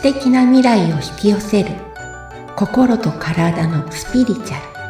敵な未来を引き寄せる心と体のスピリチュアル。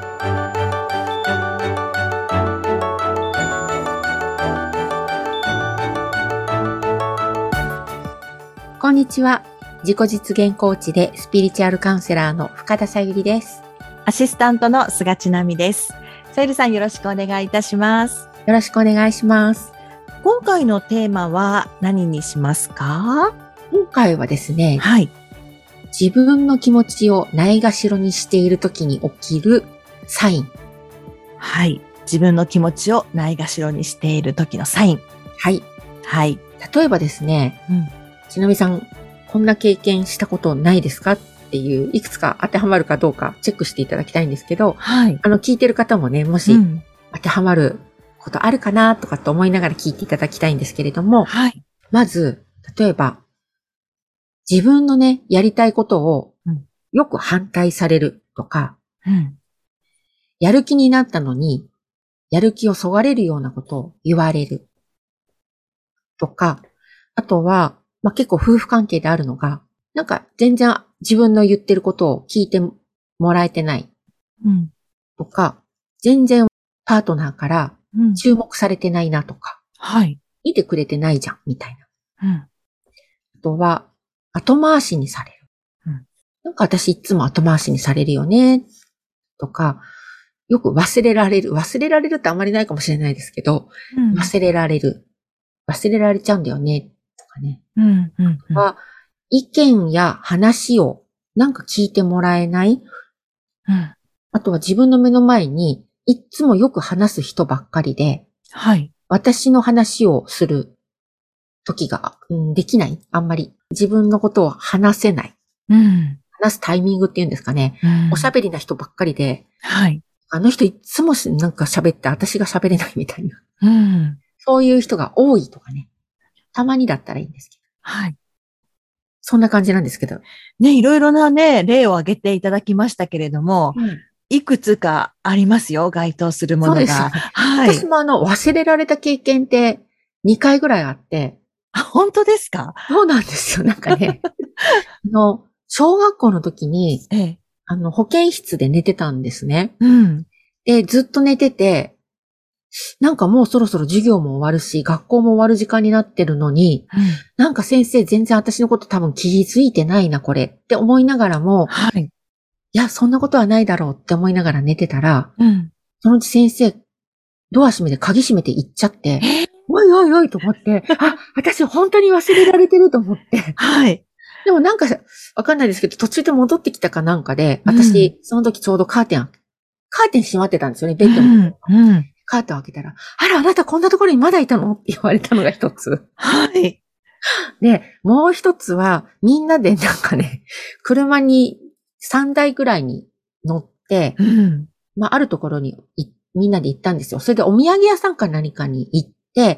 こんにちは。自己実現コーチでスピリチュアルカウンセラーの深田さゆりです。 アシスタントの菅千奈美です。さゆりさん、よろしくお願いいたします。 よろしくお願いします。 今回のテーマは何にしますか？ 今回はですね、 はい。 自分の気持ちをないがしろにしている時に起きるサイン。 はい。自分の気持ちをないがしろにしている時のサイン。 はい。 はい。 例えばですね、ちなみさん、こんな経験したことないですかっていう、いくつか当てはまるかどうかチェックしていただきたいんですけど、 はい。 聞いてる方もね、もし当てはまることあるかなとかと思いながら聞いていただきたいんですけれども、 はい。 まず、例えば、自分のね、やりたいことをよく反対されるとか、やる気になったのに、やる気をそがれるようなことを言われるとか、あとは、結構夫婦関係であるのが、なんか全然自分の言ってることを聞いてもらえてないとか、全然パートナーから注目されてないなとか、 はい。 見てくれてないじゃん、みたいな。 うん。 あとは、後回しにされる。なんか私いつも後回しにされるよね、とか、よく忘れられる。忘れられるってあんまりないかもしれないですけど、忘れられる。忘れられちゃうんだよね、とかね。意見や話をなんか聞いてもらえない。あとは自分の目の前にいつもよく話す人ばっかりで、 はい。 私の話をする時が、できない。あんまり自分のことを話せない。話すタイミングっていうんですかね。おしゃべりな人ばっかりで、 はい。 あの人いつもなんか喋って私が喋れないみたいな。そういう人が多いとかね。たまにだったらいいんですけど。 はい。 そんな感じなんですけど。 ね、いろいろなね、例を挙げていただきましたけれども、いくつかありますよ、該当するものが。 そうですよね。 はい。 私も忘れられた経験って2回ぐらいあって。 あ、本当ですか？ そうなんですよ。なんかね、小学校の時に、保健室で寝てたんですね。で、ずっと寝てて、なんかもうそろそろ授業も終わるし、学校も終わる時間になってるのに、なんか先生全然私のこと多分気づいてないな、これって思いながらも、いや、そんなことはないだろうって思いながら寝てたら、そのうち先生、ドア閉めて鍵閉めて行っちゃって、おいおいおいと思って、私本当に忘れられてると思って。でもなんか、わかんないですけど、途中で戻ってきたかなんかで、私、その時ちょうどカーテン閉まってたんですよね、ベッドの。カーテンを開けたら、あなたこんなところにまだいたのって言われたのが一つ。で、もう一つは、みんなでなんかね、車に3台ぐらいに乗って、あるところにみんなで行ったんですよ。それでお土産屋さんか何かに行って、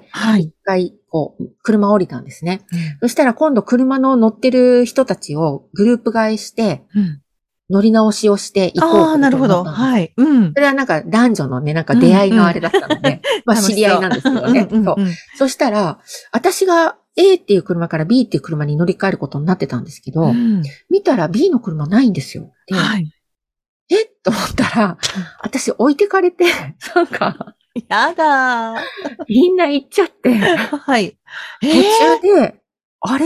一回、車降りたんですね。そしたら今度車の乗ってる人たちをグループ買いして、乗り直しをして行こうと思ったんです。 なるほど。はい。 それはなんか男女のね、なんか出会いのあれだったので、知り合いなんですけどね。そしたら、私が A っていう車から B っていう車に乗り換えることになってたんですけど、見たら B の車ないんですよ。と思ったら、私置いてかれて、なんか、 やだー。 みんな行っちゃって、途中で、あれ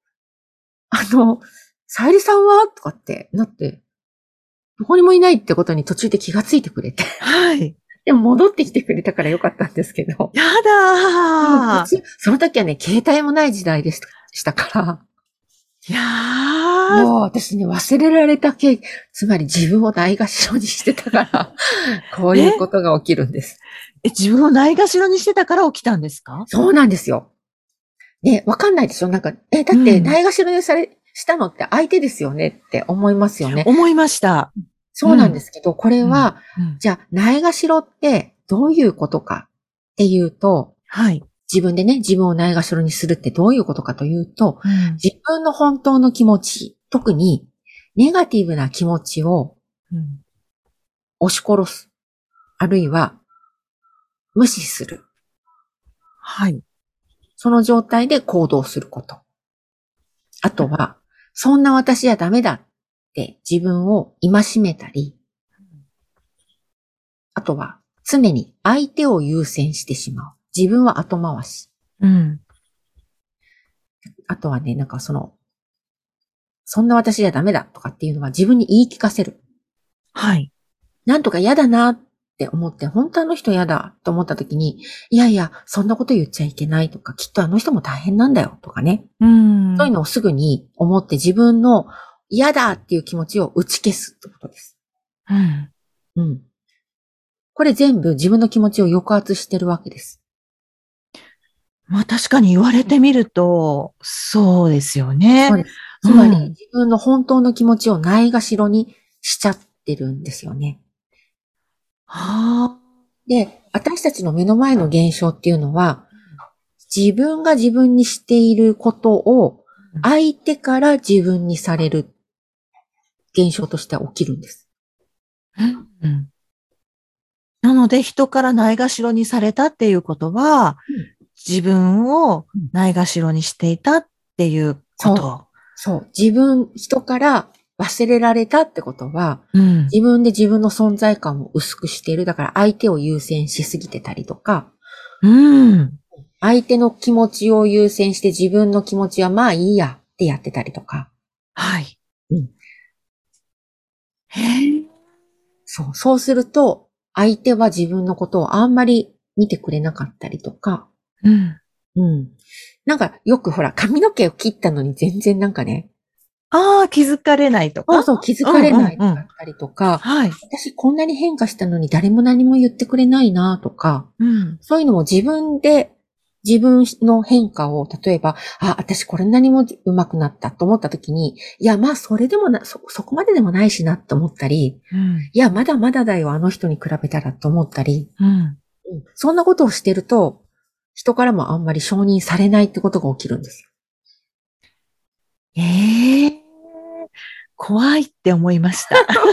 さゆりさんはとかってなって、どこにもいないってことに途中で気がついてくれて。でも戻ってきてくれたからよかったんですけど。 やだー。 その時はね、携帯もない時代でしたから。もう私ね、忘れられたつまり自分をないがしろにしてたから、こういうことが起きるんです。 自分をないがしろにしてたから起きたんですか？ そうなんですよ。ね、わかんないでしょ？なんか、だってないがしろにしたのって相手ですよねって思いますよね。 思いました。 そうなんですけど、これは、じゃあ、ないがしろってどういうことかっていうと、自分でね、自分をないがしろにするってどういうことかというと、自分の本当の気持ち、特にネガティブな気持ちを押し殺す。あるいは無視する。その状態で行動すること。あとは、 そんな私はダメだって自分を戒めたり、あとは常に相手を優先してしまう。自分は後回し。 うん。 あとはね、なんかそんな私じゃダメだとかっていうのは自分に言い聞かせる。 はい。 なんとか嫌だなって思って、本当あの人嫌だと思った時に、いやいや、そんなこと言っちゃいけないとか、きっとあの人も大変なんだよとかね。そういうのをすぐに思って自分の嫌だっていう気持ちを打ち消すってことです。 うん。 うん。これ全部自分の気持ちを抑圧してるわけです。 まあ確かに言われてみると、そうですよね。 そうです。つまり、自分の本当の気持ちをないがしろにしちゃってるんですよね。 はあ。 で、私たちの目の前の現象っていうのは、自分が自分にしていることを相手から自分にされる現象として起きるんです。 うん、なので人からないがしろにされたっていうことは、自分をないがしろにしていたっていうこと。 そう。人から忘れられたってことは、自分で自分の存在感を薄くしている。だから相手を優先しすぎてたりとか、相手の気持ちを優先して自分の気持ちはまあいいやってやってたりとか。 はい。 そうすると、相手は自分のことをあんまり見てくれなかったりとか。なんかよくほら、髪の毛を切ったのに全然なんかね。 気づかれないとか。 そう、気づかれないだったりとか。私こんなに変化したのに誰も何も言ってくれないなとか。そういうのも自分の変化を、例えば、私これなにも上手くなったと思った時に、いや、まあ、それでもそこまででもないしなって思ったり、いや、まだまだだよ、あの人に比べたらと思ったり、そんなことをしてると、人からもあんまり承認されないってことが起きるんですよ。 怖いって思いました。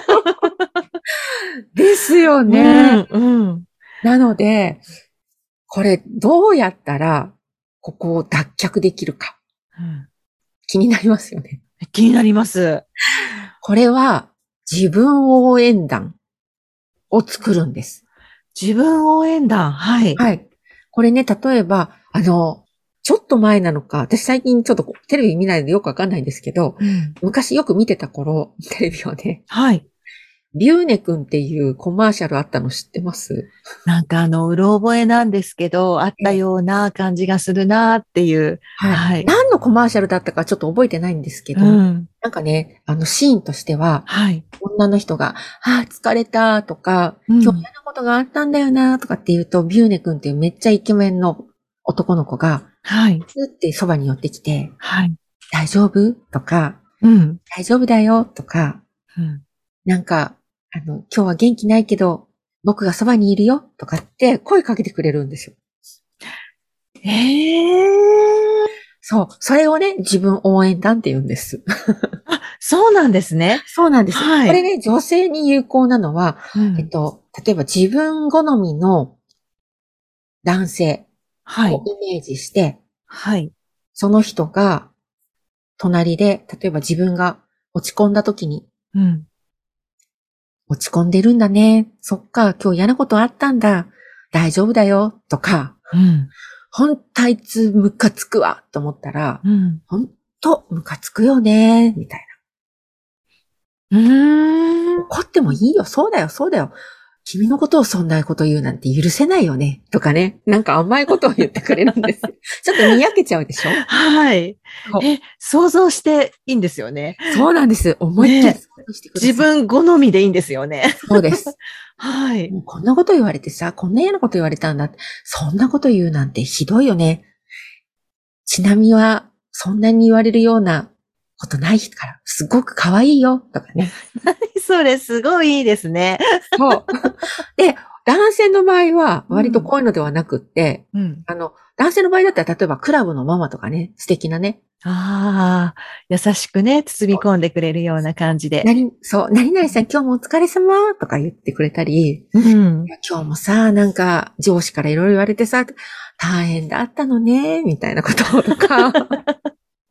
ですよね。なので、これどうやったら、ここを脱却できるか。気になりますよね。 気になります。 これは自分応援団を作るんです。 自分応援団。はい。 はい。これね、例えば、ちょっと前なのか、私最近ちょっとテレビ見ないのでよくわかんないんですけど、昔よく見てた頃、テレビをね。 はい。 ビューネ君っていうコマーシャルあったの知ってます？ なんかうろ覚えなんですけど、あったような感じがするなっていう。 はい。何のコマーシャルだったかちょっと覚えてないんですけど、なんかね、シーンとしては、女の人が、疲れたとか、今日嫌なことがあったんだよなとかって言うと、ビューネ君っていうめっちゃイケメンの男の子が、ずってそばに寄ってきて、大丈夫とか、大丈夫だよとか、なんか、今日は元気ないけど、僕がそばにいるよとかって声かけてくれるんですよ。そう。それをね、自分応援団って言うんです。 そうなんですね。 そうなんです。これね、女性に有効なのは、例えば自分好みの男性をイメージして、その人が隣で、例えば自分が落ち込んだ時に、落ち込んでるんだね。そっか、今日嫌なことあったんだ。大丈夫だよ。とか、ほんとあいつムカつくわ。と思ったら、ほんとムカつくよね。みたいな。怒ってもいいよ。そうだよ、そうだよ。君のことをそんなこと言うなんて許せないよね。とかね。なんか甘いことを言ってくれるんです。ちょっとにやけちゃうでしょ？ はい。想像していいんですよね。 そうなんです。思いっきり想像してください。 自分好みでいいんですよね。 そうです。 はい。 こんなこと言われてさ、こんな嫌なこと言われたんだ。そんなこと言うなんてひどいよね。ちなみは、そんなに言われるようなことないから、すごく可愛いよ。とかね。 何それ、すごいいいですね。 そう。で、男性の場合は、割とこういうのではなくって、男性の場合だったら、例えばクラブのママとかね、素敵なね。 優しくね、包み込んでくれるような感じで。 何々さん今日もお疲れ様とか言ってくれたり、今日もさ、なんか上司からいろいろ言われてさ、大変だったのね、みたいなこととか。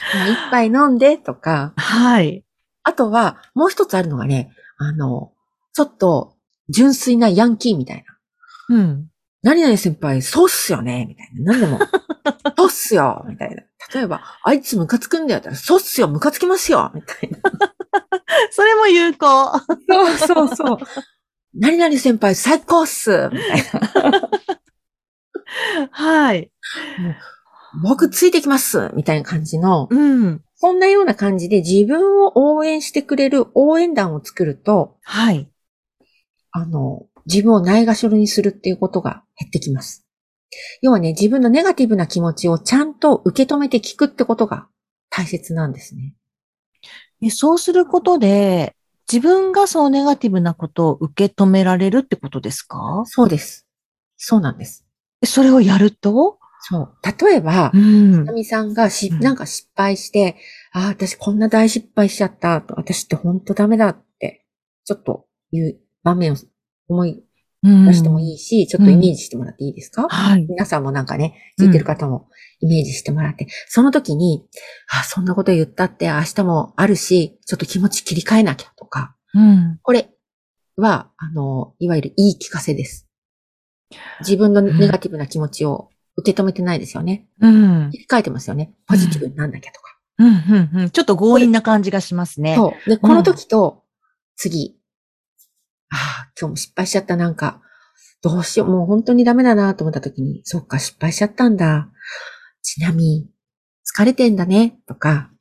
一杯飲んでとか。 はい。 あとは、もう一つあるのがね、ちょっと、純粋なヤンキーみたいな。うん。何々先輩、そうっすよねみたいな。何でも、そうっすよみたいな。例えば、あいつムカつくんだよったら、そうっすよムカつきますよみたいな。 それも有効。 そうそうそう。何々先輩、最高っすみたいな。 はい。 もう僕ついてきますみたいな感じの、 うん。 そんなような感じで自分を応援してくれる応援団を作ると、 はい。 自分をないがしろにするっていうことが減ってきます。要はね、自分のネガティブな気持ちをちゃんと受け止めて聞くってことが大切なんですね。 そうすることで、自分がそのネガティブなことを受け止められるってことですか？ そうです。そうなんです。 それをやると？ そう。例えば、ひとみさんがなんか失敗して、私こんな大失敗しちゃったと、私ってほんとダメだって、ちょっと言う場面を思い出してもいいし、ちょっとイメージしてもらっていいですか？ はい。 皆さんもなんかね、聞いてる方もイメージしてもらって、その時に、そんなこと言ったって明日もあるし、ちょっと気持ち切り替えなきゃとか、これは、いわゆる言い聞かせです。自分のネガティブな気持ちを受け止めてないですよね。切り替えてますよね。ポジティブになんなきゃとか。 ちょっと強引な感じがしますね。 そう。で、この時と、次、今日も失敗しちゃった、なんか、どうしよう、もう本当にダメだなと思った時に、そっか、失敗しちゃったんだ。ちなみに、疲れてんだね、とか、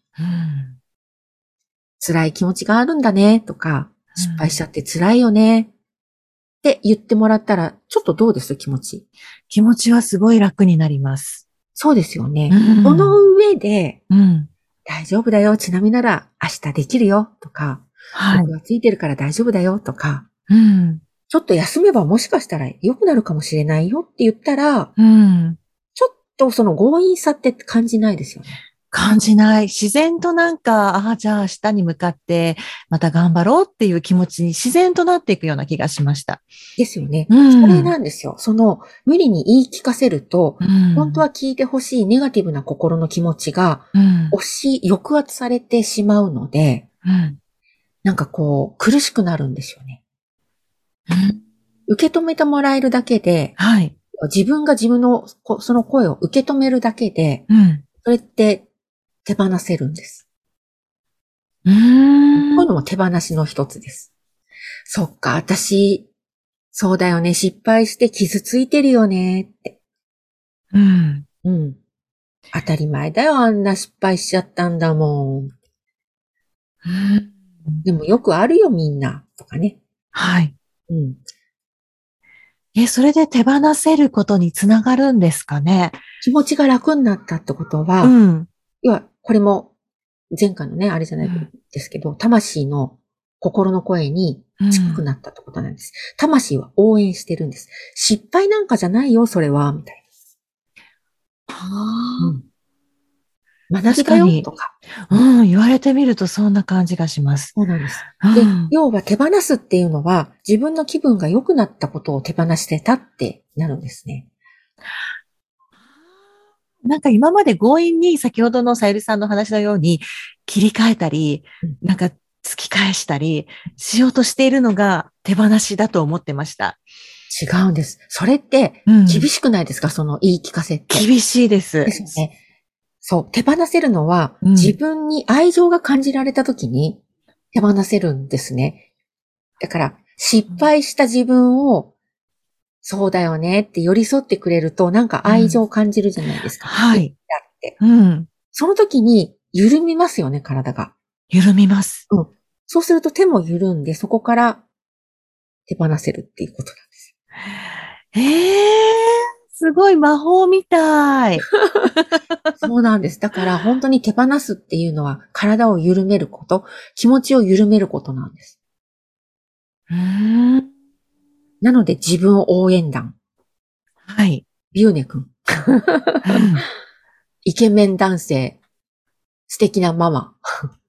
辛い気持ちがあるんだね、とか、失敗しちゃって辛いよね、って言ってもらったら、ちょっとどうです気持ち。 気持ちはすごい楽になります。 そうですよね。その上で、大丈夫だよ、ちなみになら明日できるよ、とか、僕はついてるから大丈夫だよ、とか、ちょっと休めばもしかしたら良くなるかもしれないよって言ったら、ちょっとその強引さって感じないですよね。 感じない。自然となんか、じゃあ明日に向かってまた頑張ろうっていう気持ちに自然となっていくような気がしました。 ですよね。それなんですよ。無理に言い聞かせると、本当は聞いてほしいネガティブな心の気持ちが、抑圧されてしまうので、なんかこう、苦しくなるんですよね。受け止めてもらえるだけで、自分が自分のその声を受け止めるだけで、それって手放せるんです。こういうのも手放しの一つです。そっか、私、そうだよね、失敗して傷ついてるよね、って。当たり前だよ、あんな失敗しちゃったんだもん。でもよくあるよ、みんな。とかね。 はい。それで手放せることにつながるんですかね。 気持ちが楽になったってことは、要は、これも前回のね、あれじゃないですけど、魂の心の声に近くなったってことなんです。魂は応援してるんです。失敗なんかじゃないよ、それは、みたいな。学びだよ、とか。 言われてみるとそんな感じがします。 そうなんです。で、要は手放すっていうのは、自分の気分が良くなったことを手放してたってなるんですね。 なんか今まで強引に先ほどのさゆりさんの話のように切り替えたり、なんか突き返したりしようとしているのが手放しだと思ってました。 違うんです。それって厳しくないですか、その言い聞かせって。 厳しいです。 ですよね。そう、手放せるのは、自分に愛情が感じられた時に手放せるんですね。だから、失敗した自分を、そうだよねって寄り添ってくれると、なんか愛情を感じるじゃないですか。 はい。 だって。その時に緩みますよね、体が。 緩みます。 そうすると手も緩んで、そこから手放せるっていうことなんですよ。すごい魔法みたい。 そうなんです。だから本当に手放すっていうのは体を緩めること、気持ちを緩めることなんです。なので自分応援団。 はい。 ビューネ君。イケメン男性。素敵なママ。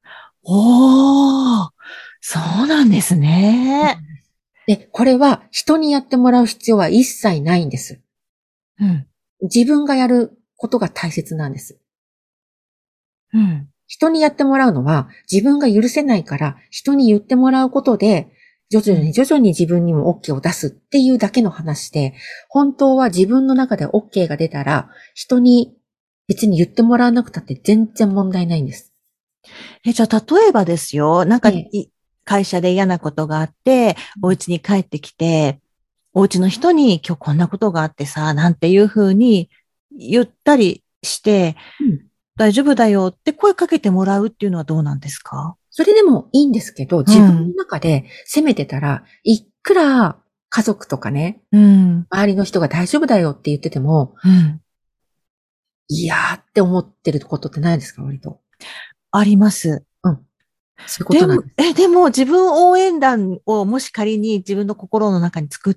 おー、そうなんですね。 で、これは人にやってもらう必要は一切ないんです。自分がやることが大切なんです。 うん。 人にやってもらうのは自分が許せないから人に言ってもらうことで、徐々に自分にも OK を出すっていうだけの話で、本当は自分の中で OK が出たら、人に別に言ってもらわなくたって全然問題ないんです。 じゃあ例えばですよ、なんか、会社で嫌なことがあって、お家に帰ってきて、お家の人に今日こんなことがあってさ、なんていうふうに言ったりして、大丈夫だよって声かけてもらうっていうのはどうなんですか？ それでもいいんですけど、自分の中で責めてたら、いくら家族とかね、周りの人が大丈夫だよって言ってても、いやーって思ってることってないですか、割と。 あります。 そういうことなんです。 でも自分応援団をもし仮に自分の心の中に作って、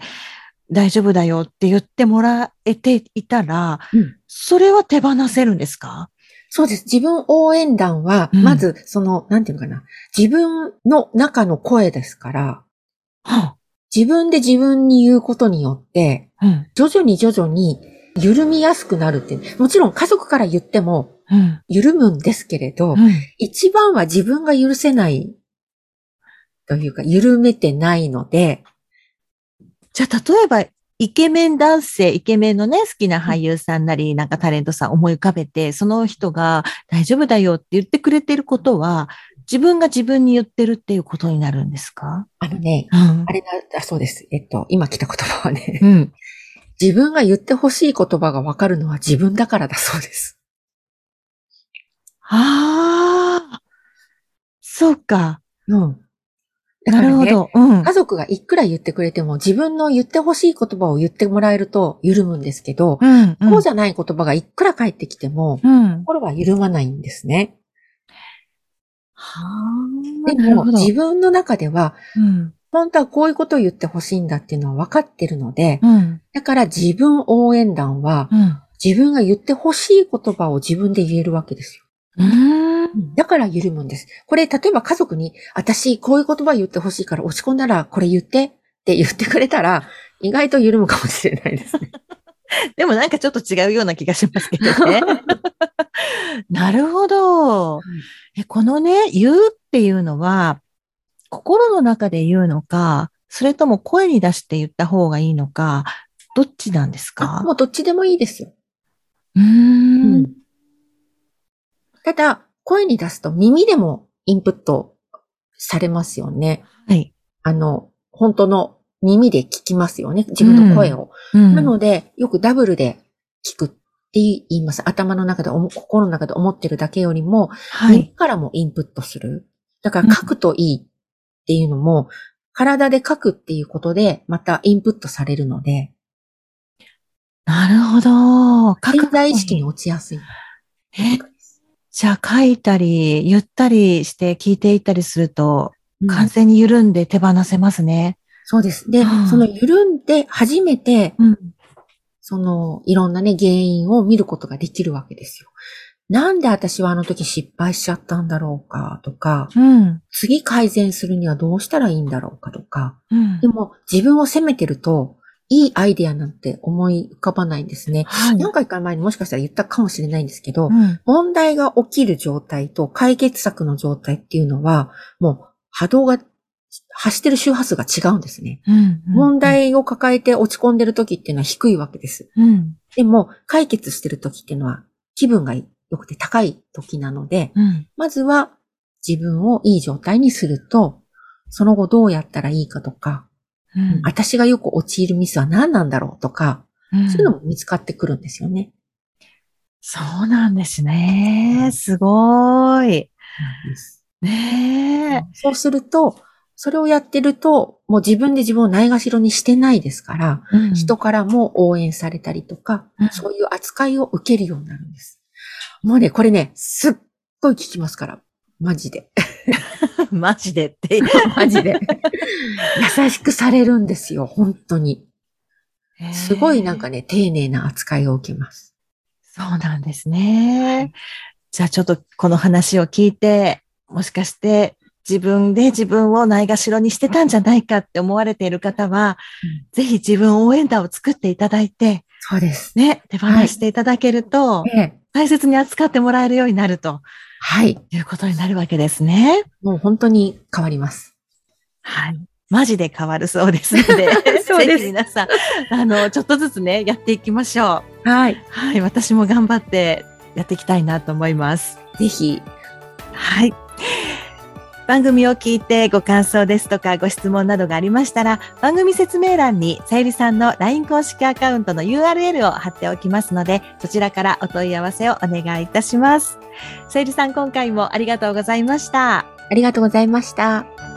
大丈夫だよって言ってもらえていたら、それは手放せるんですか？ そうです。自分応援団は、まず、なんていうのかな。自分の中の声ですから、自分で自分に言うことによって、徐々に緩みやすくなるっていう。もちろん家族から言っても、緩むんですけれど、一番は自分が許せないというか、緩めてないので。 じゃあ、例えば、イケメン男性、イケメンのね、好きな俳優さんなり、なんかタレントさん思い浮かべて、その人が大丈夫だよって言ってくれてることは、自分が自分に言ってるっていうことになるんですか？ あれが、そうです。今来た言葉はね、自分が言ってほしい言葉がわかるのは自分だからだそうです。 そうか。 だからね、家族がいくら言ってくれても自分の言ってほしい言葉を言ってもらえると緩むんですけど、こうじゃない言葉がいくら返ってきても、心は緩まないんですね。でも自分の中では、本当はこういうことを言ってほしいんだっていうのは分かってるので、だから自分応援団は、自分が言ってほしい言葉を自分で言えるわけですよ。だから緩むんです。これ、例えば家族に、私、こういう言葉言ってほしいから落ち込んだら、これ言ってって言ってくれたら、意外と緩むかもしれないですね。 でもなんかちょっと違うような気がしますけどね。なるほど。このね、言うっていうのは、心の中で言うのか、それとも声に出して言った方がいいのか、どっちなんですか？ もうどっちでもいいですよ。ただ、声に出すと耳でもインプットされますよね。 はい。 本当の耳で聞きますよね。自分の声を。なので、よくダブルで聞くって言います。頭の中で、心の中で思ってるだけよりも、耳からもインプットする。だから書くといいっていうのも、体で書くっていうことで、またインプットされるので。 なるほど。 潜在意識に落ちやすい。 じゃあ書いたり、言ったりして聞いていったりすると、完全に緩んで手放せますね。 そうです。で、その緩んで初めて、いろんなね、原因を見ることができるわけですよ。なんで私はあの時失敗しちゃったんだろうかとか、次改善するにはどうしたらいいんだろうかとか、でも自分を責めてると、いいアイデアなんて思い浮かばないんですね。何回か前にもしかしたら言ったかもしれないんですけど、問題が起きる状態と解決策の状態っていうのは、もう波動が発してる周波数が違うんですね。問題を抱えて落ち込んでる時っていうのは低いわけです。でも解決してる時っていうのは気分が良くて高い時なので、まずは自分をいい状態にすると、その後どうやったらいいかとか、私がよく陥るミスは何なんだろうとか、そういうのも見つかってくるんですよね。 そうなんですね。すごい。 そうすると、それをやってると、もう自分で自分をないがしろにしてないですから、人からも応援されたりとか、そういう扱いを受けるようになるんです。もうね、これね、すっごい聞きますから。マジで。 マジでって。 マジで。優しくされるんですよ、本当に。すごいなんかね、丁寧な扱いを受けます。 そうなんですね。じゃあちょっとこの話を聞いて、もしかして自分で自分をないがしろにしてたんじゃないかって思われている方は、ぜひ自分応援団を作っていただいて、 そうです。 ね、手放していただけると、大切に扱ってもらえるようになると。 はい。 いうことになるわけですね。 もう本当に変わります。 はい。マジで変わるそうですので、 そうです。 ぜひ皆さん、ちょっとずつね、やっていきましょう。はい。 はい。私も頑張ってやっていきたいなと思います。 ぜひ。 はい。番組を聞いてご感想ですとかご質問などがありましたら、番組説明欄にさゆりさんの LINE 公式アカウントの URL を貼っておきますので、そちらからお問い合わせをお願いいたします。さゆりさん、今回もありがとうございました。 ありがとうございました。